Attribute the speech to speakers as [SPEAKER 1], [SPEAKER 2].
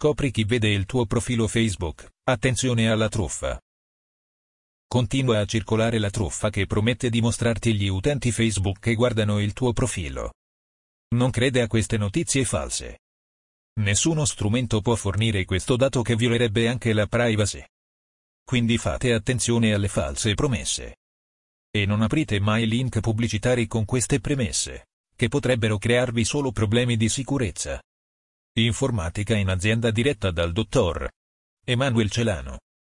[SPEAKER 1] scopri chi vede il tuo profilo Facebook, attenzione alla truffa. Continua a circolare la truffa che promette di mostrarti gli utenti Facebook che guardano il tuo profilo. Non crede a queste notizie false. Nessuno strumento può fornire questo dato che violerebbe anche la privacy. Quindi fate attenzione alle false promesse. E non aprite mai link pubblicitari con queste premesse, che potrebbero crearvi solo problemi di sicurezza. Informatica in azienda diretta dal dottor Emanuel Celano.